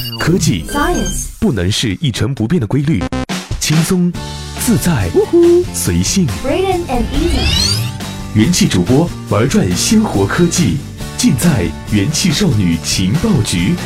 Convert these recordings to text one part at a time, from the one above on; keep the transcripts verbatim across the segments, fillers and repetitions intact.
科技 Science 不能是一成不变的规律，轻松、自在、随性。 Brilliant and easy。 元气主播玩转鲜活科技，尽在元气少女情报局。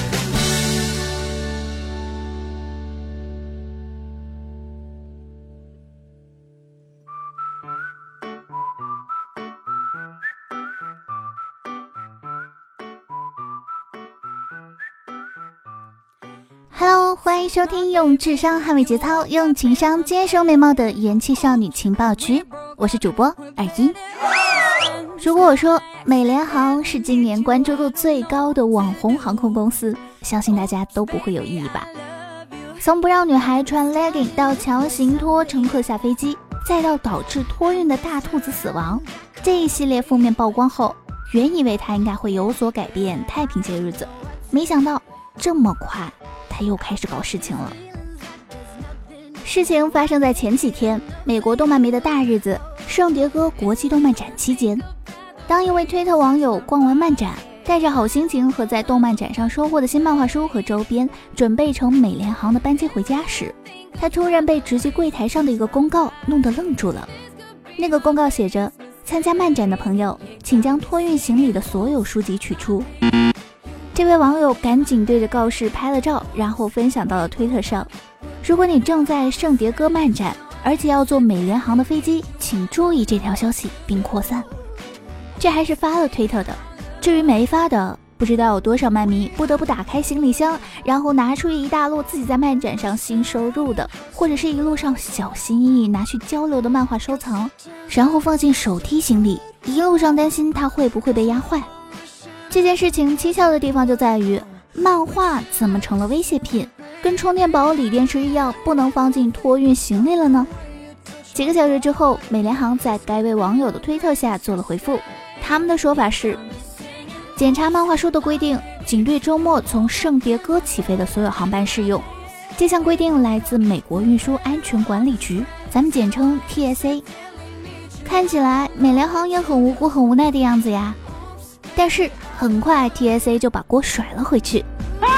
Hello， 欢迎收听用智商捍卫节操，用情商坚守美貌的元气少女情报局，我是主播二一。如果我说美联航是今年关注度最高的网红航空公司，相信大家都不会有异议吧。从不让女孩穿 legging 到强行拖乘客下飞机，再到导致托运的大兔子死亡，这一系列负面曝光后，原以为它应该会有所改变，太平些日子，没想到这么快他又开始搞事情了。事情发生在前几天，美国动漫迷的大日子圣迭戈国际动漫展期间，当一位推特网友逛完漫展，带着好心情和在动漫展上收获的新漫画书和周边，准备乘美联航的班机回家时，他突然被直击柜台上的一个公告弄得愣住了。那个公告写着：参加漫展的朋友，请将托运行李的所有书籍取出。这位网友赶紧对着告示拍了照，然后分享到了推特上。如果你正在圣迭戈漫展，而且要坐美联航的飞机，请注意这条消息并扩散。这还是发了推特的，至于没发的，不知道有多少漫迷不得不打开行李箱，然后拿出一大摞自己在漫展上新收入的，或者是一路上小心翼翼拿去交流的漫画收藏，然后放进手提行李，一路上担心它会不会被压坏。这件事情蹊跷的地方就在于，漫画怎么成了危险品，跟充电宝锂电池一样不能放进托运行李了呢？几个小时之后，美联航在该位网友的推特下做了回复，他们的说法是，检查漫画书的规定仅对周末从圣迭戈起飞的所有航班适用，这项规定来自美国运输安全管理局，咱们简称 T S A。 看起来美联航也很无辜很无奈的样子呀，但是很快 T S A 就把锅甩了回去。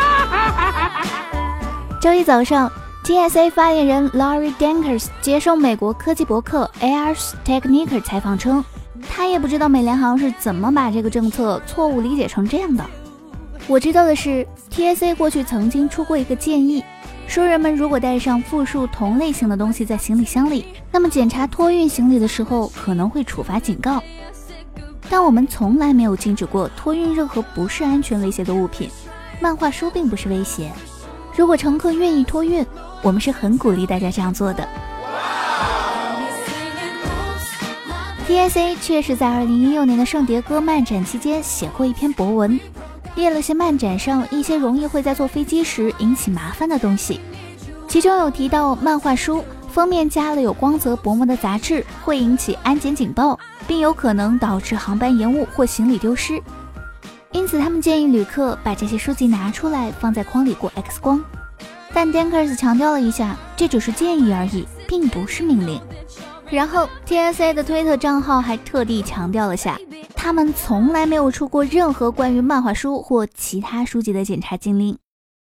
周一早上， T S A 发言人 Larry Dankers 接受美国科技博客 Ars Technica 采访称，他也不知道美联航是怎么把这个政策错误理解成这样的。我知道的是 T S A 过去曾经出过一个建议，说人们如果带上复数同类型的东西在行李箱里，那么检查托运行李的时候可能会处罚警告。但我们从来没有禁止过托运任何不是安全威胁的物品，漫画书并不是威胁。如果乘客愿意托运，我们是很鼓励大家这样做的。T S A 确实在二零一六年的圣迭戈漫展期间写过一篇博文，列了些漫展上一些容易会在坐飞机时引起麻烦的东西，其中有提到漫画书封面加了有光泽薄膜的杂质会引起安检警报，并有可能导致航班延误或行李丢失，因此他们建议旅客把这些书籍拿出来放在筐里过 X 光。但 Dankers 强调了一下，这只是建议而已，并不是命令。然后 T S A 的推特账号还特地强调了下，他们从来没有出过任何关于漫画书或其他书籍的检查禁令。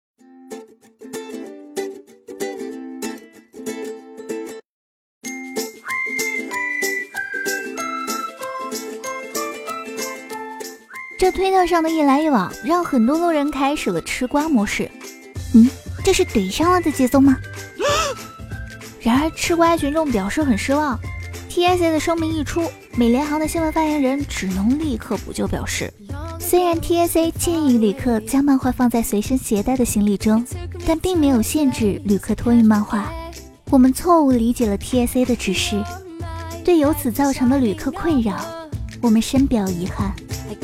这推特上的一来一往，让很多路人开始了吃瓜模式。嗯，这是怼上了的节奏吗？然而吃瓜群众表示很失望。T S A 的声明一出，美联航的新闻发言人只能立刻补救表示，虽然 T S A 建议旅客将漫画放在随身携带的行李中，但并没有限制旅客托运漫画。我们错误理解了 T S A 的指示，对由此造成的旅客困扰，我们深表遗憾。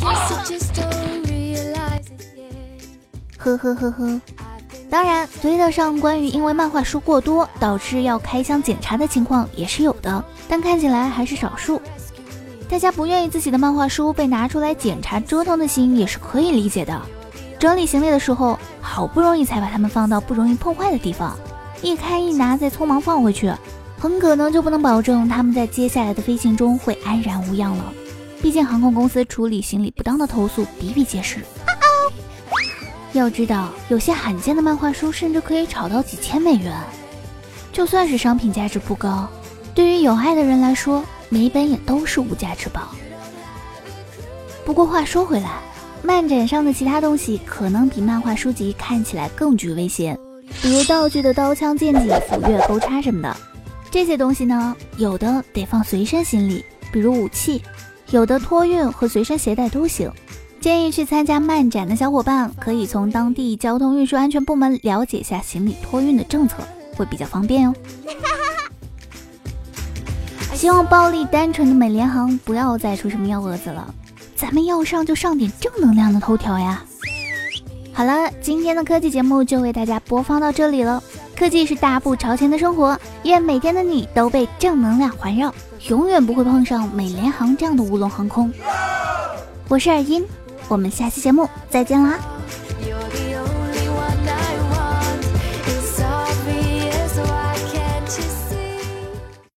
呵呵呵呵。当然，推特上关于因为漫画书过多导致要开箱检查的情况也是有的，但看起来还是少数。大家不愿意自己的漫画书被拿出来检查折腾的心也是可以理解的。整理行李的时候，好不容易才把它们放到不容易碰坏的地方，一开一拿再匆忙放回去，很可能就不能保证他们在接下来的飞行中会安然无恙了。毕竟航空公司处理行李不当的投诉比比皆是。 要知道，有些罕见的漫画书甚至可以炒到几千美元。就算是商品价值不高，对于有爱的人来说，每本也都是无价之宝。不过话说回来，漫展上的其他东西可能比漫画书籍看起来更具威胁，比如道具的刀枪剑戟、斧钺钩叉什么的。这些东西呢，有的得放随身行李，比如武器，有的托运和随身携带都行。建议去参加漫展的小伙伴可以从当地交通运输安全部门了解下行李托运的政策，会比较方便哦。希望暴力单纯的美联航不要再出什么幺蛾子了，咱们要上就上点正能量的头条呀。好了，今天的科技节目就为大家播放到这里了。科技是大步朝前的生活，愿每天的你都被正能量环绕，永远不会碰上美联航这样的乌龙航空。我是尔音，我们下期节目再见啦。